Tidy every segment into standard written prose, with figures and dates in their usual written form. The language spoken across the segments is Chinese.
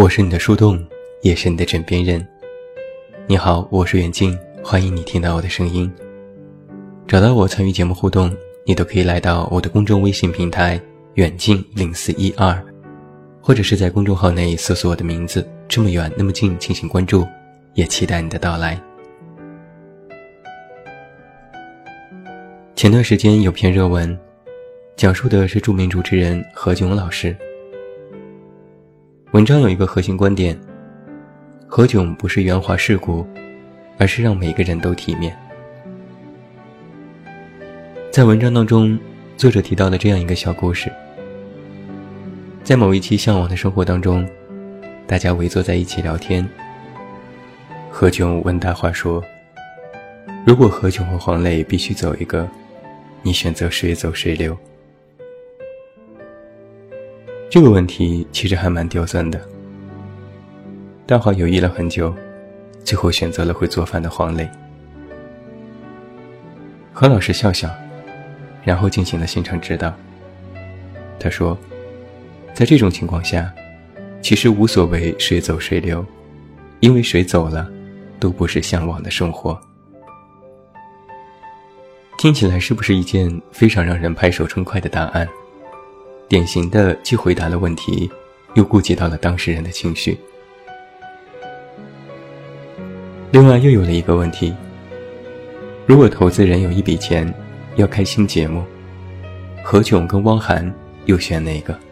我是你的树洞，也是你的枕边人。你好，我是远近，欢迎你听到我的声音。找到我参与节目互动，你都可以来到我的公众微信平台远近0412，或者是在公众号内搜索我的名字这么远那么近进行关注，也期待你的到来。前段时间有篇热文，讲述的是著名主持人何炅老师。文章有一个核心观点，何炅不是圆滑世故，而是让每个人都体面。在文章当中，作者提到了这样一个小故事。在某一期《向往的生活》当中，大家围坐在一起聊天，何炅问大话说，如果何炅和黄磊必须走一个，你选择谁走谁留？这个问题其实还蛮刁钻的。大华犹豫了很久，最后选择了会做饭的黄磊。何老师笑笑，然后进行了现场指导。他说，在这种情况下，其实无所谓谁走谁留，因为谁走了，都不是向往的生活。听起来是不是一件非常让人拍手称快的答案？典型的既回答了问题，又顾及到了当事人的情绪。另外又有了一个问题，如果投资人有一笔钱要开新节目，何炅跟汪涵又选哪个？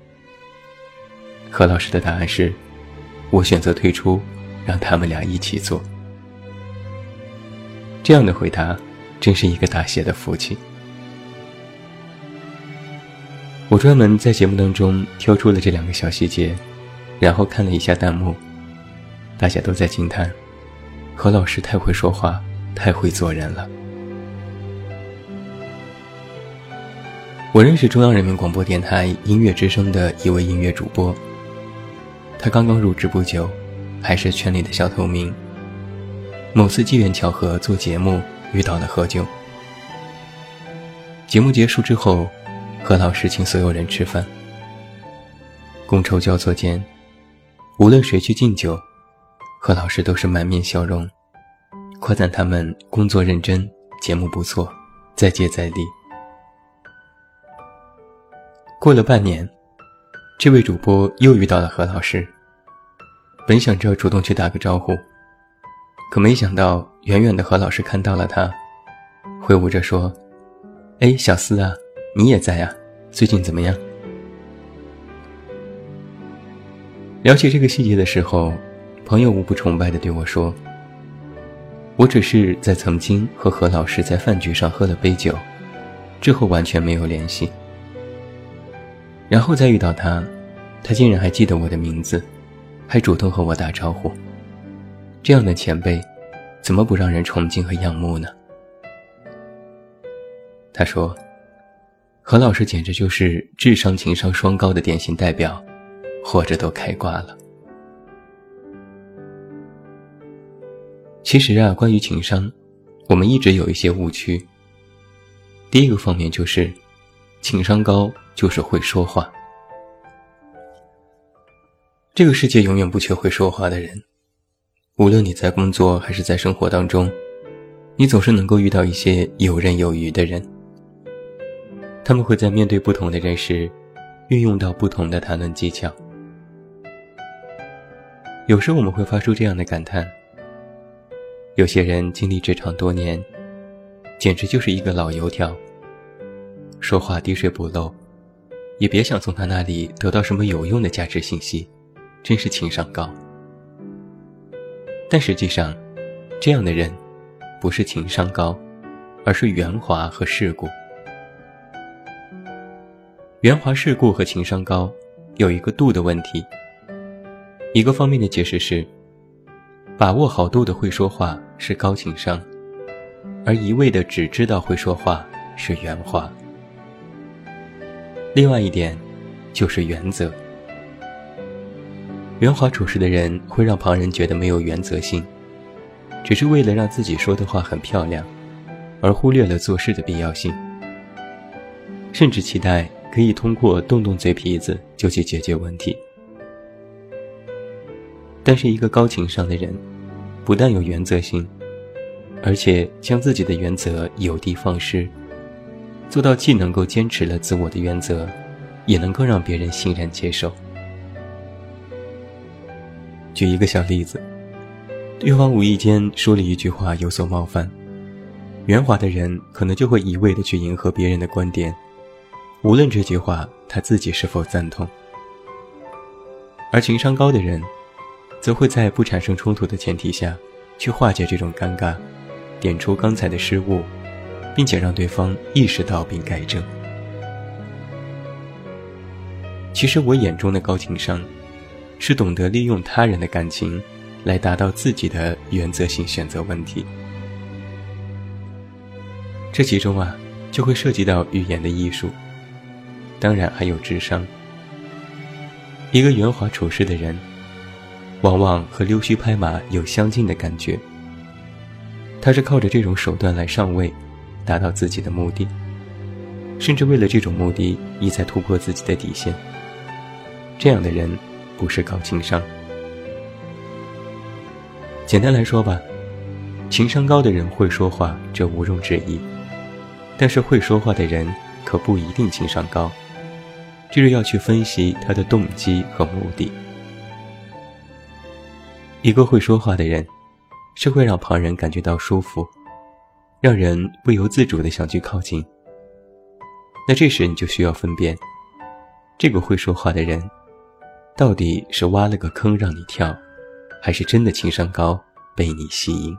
何老师的答案是，我选择退出，让他们俩一起做。这样的回答真是一个大写的福气。我专门在节目当中挑出了这两个小细节，然后看了一下弹幕，大家都在惊叹，何老师太会说话，太会做人了。我认识中央人民广播电台音乐之声的一位音乐主播，他刚刚入职不久，还是圈里的小透明。某次机缘巧合做节目遇到了何炅。节目结束之后，何老师请所有人吃饭。觥筹交错间，无论谁去敬酒，何老师都是满面笑容，夸赞他们工作认真，节目不错，再接再厉。过了半年，这位主播又遇到了何老师，本想着主动去打个招呼，可没想到远远的何老师看到了他，挥舞着说，哎，小司啊，你也在啊，最近怎么样？聊起这个细节的时候，朋友无不崇拜地对我说，我只是在曾经和何老师在饭局上喝了杯酒，之后完全没有联系。然后再遇到他，他竟然还记得我的名字，还主动和我打招呼。这样的前辈，怎么不让人崇敬和仰慕呢？他说，何老师简直就是智商情商双高的典型代表，活着都开挂了。其实啊，关于情商，我们一直有一些误区。第一个方面就是，情商高就是会说话。这个世界永远不缺会说话的人，无论你在工作还是在生活当中，你总是能够遇到一些游刃有余的人。他们会在面对不同的人时，运用到不同的谈论技巧。有时我们会发出这样的感叹，有些人经历职场多年，简直就是一个老油条，说话滴水不漏，也别想从他那里得到什么有用的价值信息，真是情商高。但实际上，这样的人不是情商高，而是圆滑和世故。圆滑世故和情商高有一个度的问题。一个方面的解释是，把握好度的会说话是高情商，而一味的只知道会说话是圆滑。另外一点就是原则。圆滑处事的人会让旁人觉得没有原则性，只是为了让自己说的话很漂亮，而忽略了做事的必要性，甚至期待可以通过动动嘴皮子就去解决问题。 但是一个高情商的人，不但有原则性，而且将自己的原则有的放矢，做到既能够坚持了自我的原则，也能够让别人欣然接受。举一个小例子，对方无意间说了一句话有所冒犯，圆滑的人可能就会一味地去迎合别人的观点，无论这句话他自己是否赞同。而情商高的人则会在不产生冲突的前提下去化解这种尴尬，点出刚才的失误，并且让对方意识到并改正。其实我眼中的高情商是懂得利用他人的感情来达到自己的原则性选择问题。这其中就会涉及到语言的艺术，当然还有智商。一个圆滑处事的人，往往和溜须拍马有相近的感觉，他是靠着这种手段来上位，达到自己的目的，甚至为了这种目的一再突破自己的底线。这样的人不是高情商。简单来说吧，情商高的人会说话，这毋庸置疑，但是会说话的人可不一定情商高，就是要去分析他的动机和目的。一个会说话的人是会让旁人感觉到舒服，让人不由自主地想去靠近。那这时你就需要分辨，这个会说话的人到底是挖了个坑让你跳，还是真的情商高被你吸引。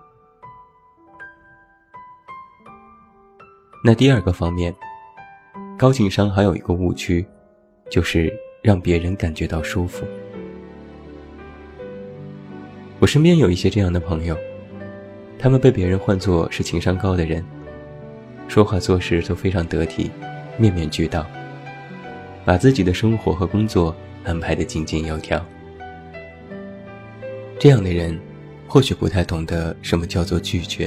那第二个方面，高情商还有一个误区，就是让别人感觉到舒服。我身边有一些这样的朋友，他们被别人唤作是情商高的人，说话做事都非常得体，面面俱到，把自己的生活和工作安排得井井有条。这样的人或许不太懂得什么叫做拒绝。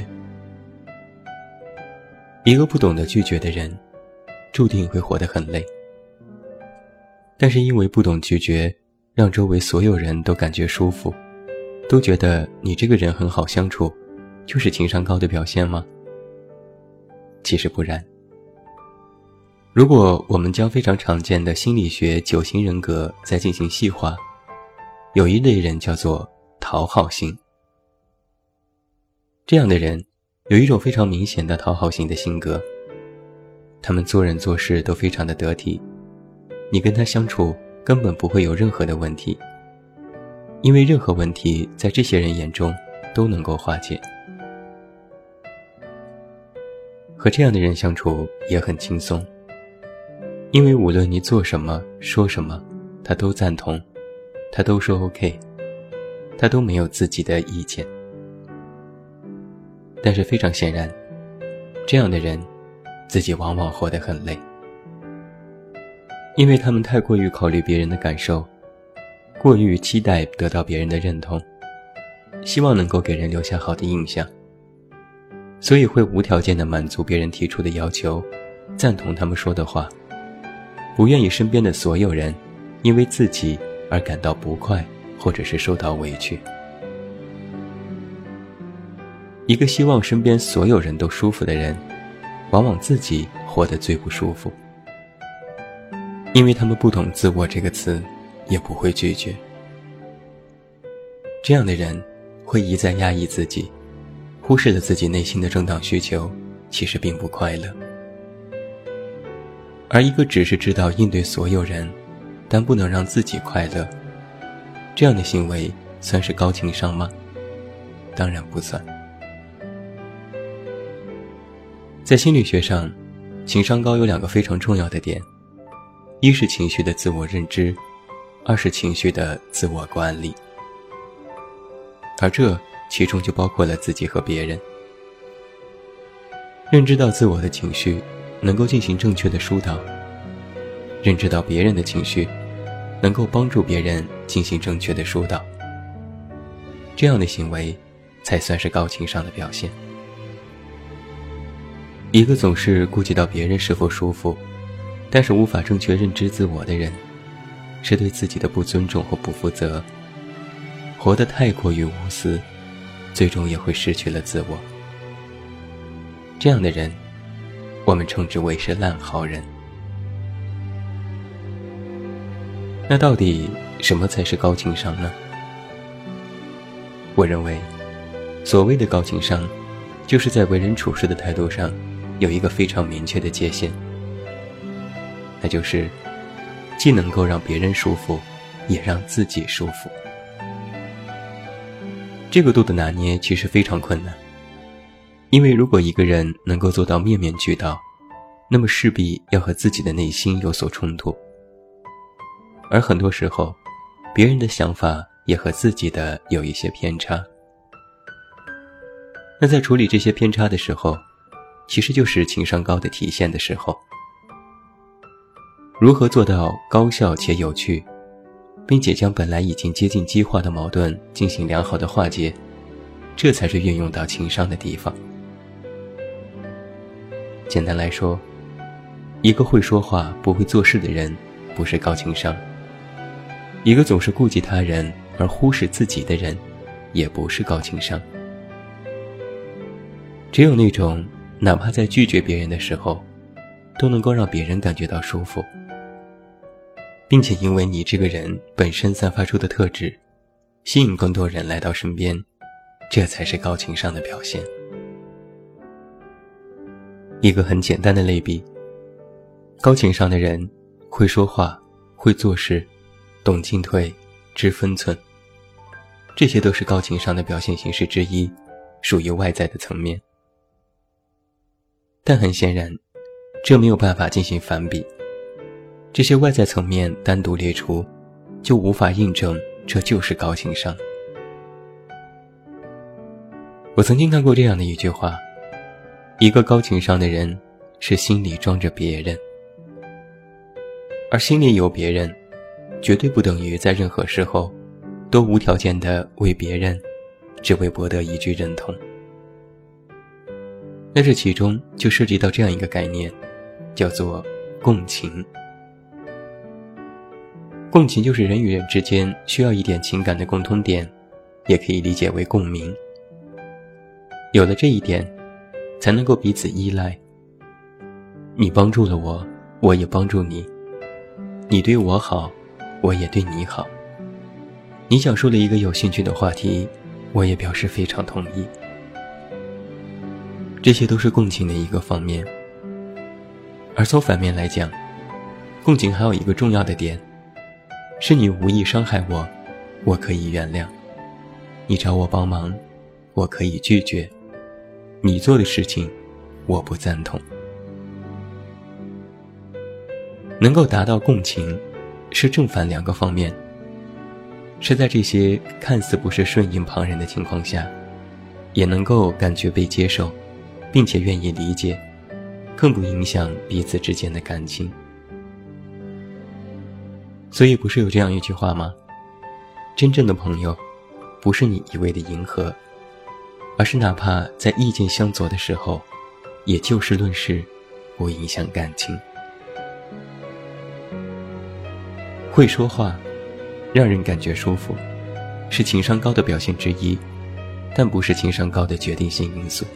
一个不懂得拒绝的人，注定会活得很累。但是因为不懂拒绝，让周围所有人都感觉舒服，都觉得你这个人很好相处，就是情商高的表现吗？其实不然。如果我们将非常常见的心理学9型人格再进行细化，有一类人叫做讨好型。这样的人有一种非常明显的讨好型的性格，他们做人做事都非常的得体，你跟他相处根本不会有任何的问题，因为任何问题在这些人眼中都能够化解。和这样的人相处也很轻松，因为无论你做什么说什么，他都赞同，他都说 OK， 他都没有自己的意见。但是非常显然，这样的人自己往往活得很累，因为他们太过于考虑别人的感受，过于期待得到别人的认同，希望能够给人留下好的印象，所以会无条件地满足别人提出的要求，赞同他们说的话，不愿意身边的所有人因为自己而感到不快或者是受到委屈。一个希望身边所有人都舒服的人，往往自己活得最不舒服，因为他们不懂自我这个词，也不会拒绝。这样的人会一再压抑自己，忽视了自己内心的正当需求，其实并不快乐。而一个只是知道应对所有人，但不能让自己快乐，这样的行为算是高情商吗？当然不算。在心理学上，情商高有2个非常重要的点，一是情绪的自我认知，二是情绪的自我管理。而这其中就包括了自己和别人。认知到自我的情绪，能够进行正确的疏导；认知到别人的情绪，能够帮助别人进行正确的疏导。这样的行为才算是高情商的表现。一个总是顾及到别人是否舒服，但是无法正确认知自我的人，是对自己的不尊重或不负责。 活得太过于无私，最终也会失去了自我。这样的人，我们称之为是烂好人。那到底什么才是高情商呢？我认为，所谓的高情商，就是在为人处事的态度上有一个非常明确的界限，那就是既能够让别人舒服，也让自己舒服。这个度的拿捏其实非常困难，因为如果一个人能够做到面面俱到，那么势必要和自己的内心有所冲突，而很多时候别人的想法也和自己的有一些偏差。那在处理这些偏差的时候，其实就是情商高的体现的时候。如何做到高效且有趣，并且将本来已经接近激化的矛盾进行良好的化解，这才是运用到情商的地方。简单来说，一个会说话不会做事的人不是高情商，一个总是顾及他人而忽视自己的人也不是高情商。只有那种哪怕在拒绝别人的时候都能够让别人感觉到舒服，并且因为你这个人本身散发出的特质吸引更多人来到身边，这才是高情商的表现。一个很简单的类比，高情商的人会说话，会做事，懂进退，知分寸，这些都是高情商的表现形式之一，属于外在的层面。但很显然，这没有办法进行反比，这些外在层面单独列出，就无法印证这就是高情商。我曾经看过这样的一句话，一个高情商的人是心里装着别人，而心里有别人，绝对不等于在任何时候都无条件地为别人，只为博得一句认同。那这其中就涉及到这样一个概念，叫做共情。共情就是人与人之间需要一点情感的共通点，也可以理解为共鸣。有了这一点，才能够彼此依赖。你帮助了我，我也帮助你；你对我好，我也对你好。你讲述了一个有兴趣的话题，我也表示非常同意。这些都是共情的一个方面。而从反面来讲，共情还有一个重要的点，是你无意伤害我，我可以原谅；你找我帮忙，我可以拒绝；你做的事情，我不赞同。能够达到共情，是正反两个方面，是在这些看似不是顺应旁人的情况下，也能够感觉被接受，并且愿意理解，更不影响彼此之间的感情。所以不是有这样一句话吗？真正的朋友，不是你一味的迎合，而是哪怕在意见相左的时候，也就事论事，不影响感情。会说话，让人感觉舒服，是情商高的表现之一，但不是情商高的决定性因素。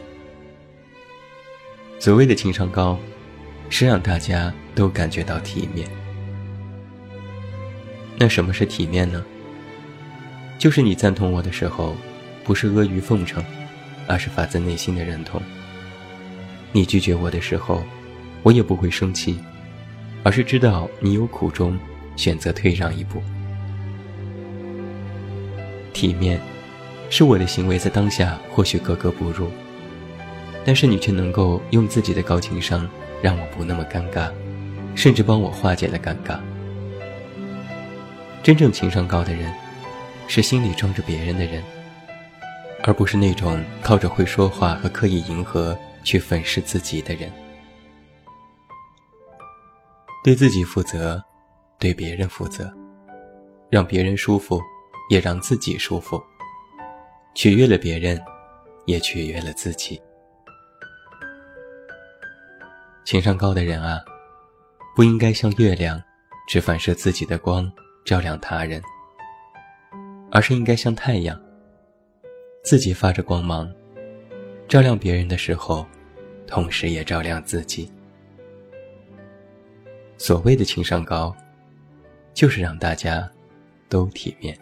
所谓的情商高，是让大家都感觉到体面。那什么是体面呢？就是你赞同我的时候，不是阿谀奉承，而是发自内心的认同。你拒绝我的时候，我也不会生气，而是知道你有苦衷，选择退让一步。体面，是我的行为在当下或许格格不入，但是你却能够用自己的高情商让我不那么尴尬，甚至帮我化解了尴尬。真正情商高的人，是心里装着别人的人，而不是那种靠着会说话和刻意迎合去粉饰自己的人。对自己负责，对别人负责，让别人舒服，也让自己舒服，取悦了别人，也取悦了自己。情商高的人啊，不应该像月亮，只反射自己的光，照亮他人， 而是应该像太阳，自己发着光芒，照亮别人的时候，同时也照亮自己。所谓的情商高，就是让大家都体面。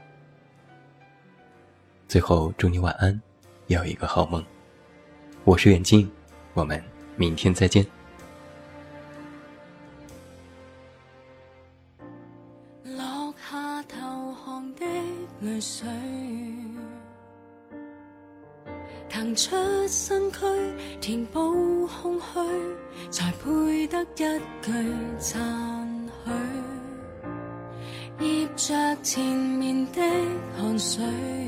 最后祝你晚安，有一个好梦。我是远近，我们明天再见。 落下投降的淚水，騰出身軀填補空虛，才配得一句讚許。醃着前面的汗水，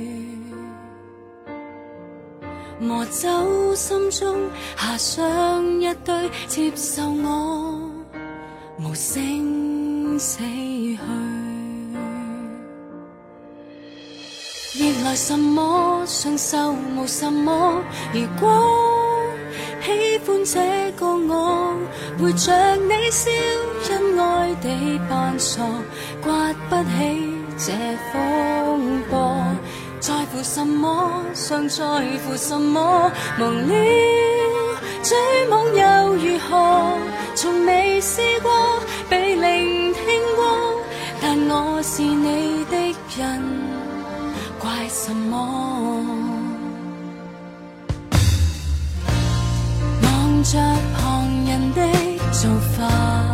磨走心中下上一堆，接受我無聲死去。逆來什麼承受無什麼，如果喜歡這個我，陪着你笑，因愛地扮傻，刮不起這風波。在乎什麼，尚在乎什麼，忘了追夢又如何，從未試過被聆聽過，但我是你的人，怪什麼？望着旁人的做法，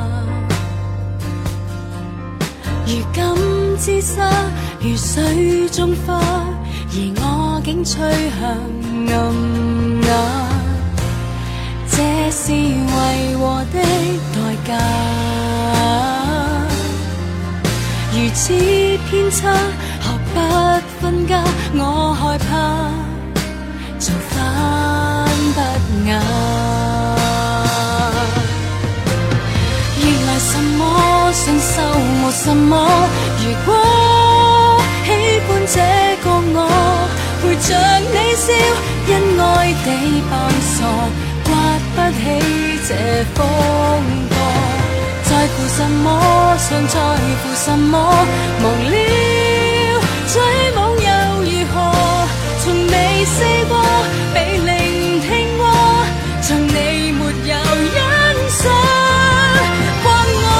如今之沙，如水中花，而我竟趨向暗啞，這是為禍的代價。如此偏差，學不分家，我害怕做翻不雅。逆來什麼承受無什麼，如果喜歡這個我，陪着你笑，因愛地扮傻，刮不起這風波。在乎什麼，尚在乎什麼，忘了追夢又如何，從未試過被聆聽過，像你沒有欣賞過我。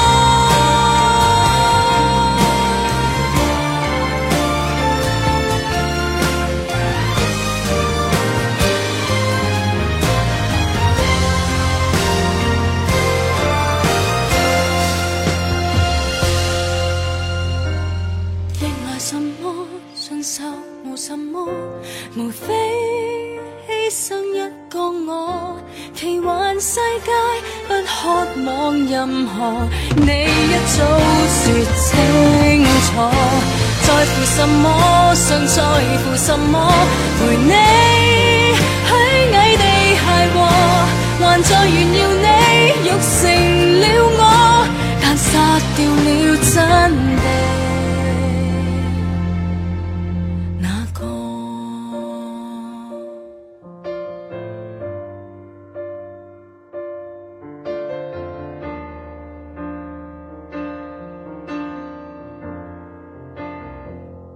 什麼信受無什麼，無非犧牲一個我，奇幻世界不渴望任何，你一早說清楚。在乎什麼，尚在乎什麼，陪你虛偽地諧和，還在炫耀你育成了我，但殺掉了真地。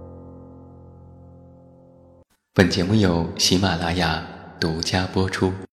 本节目由喜马拉雅独家播出。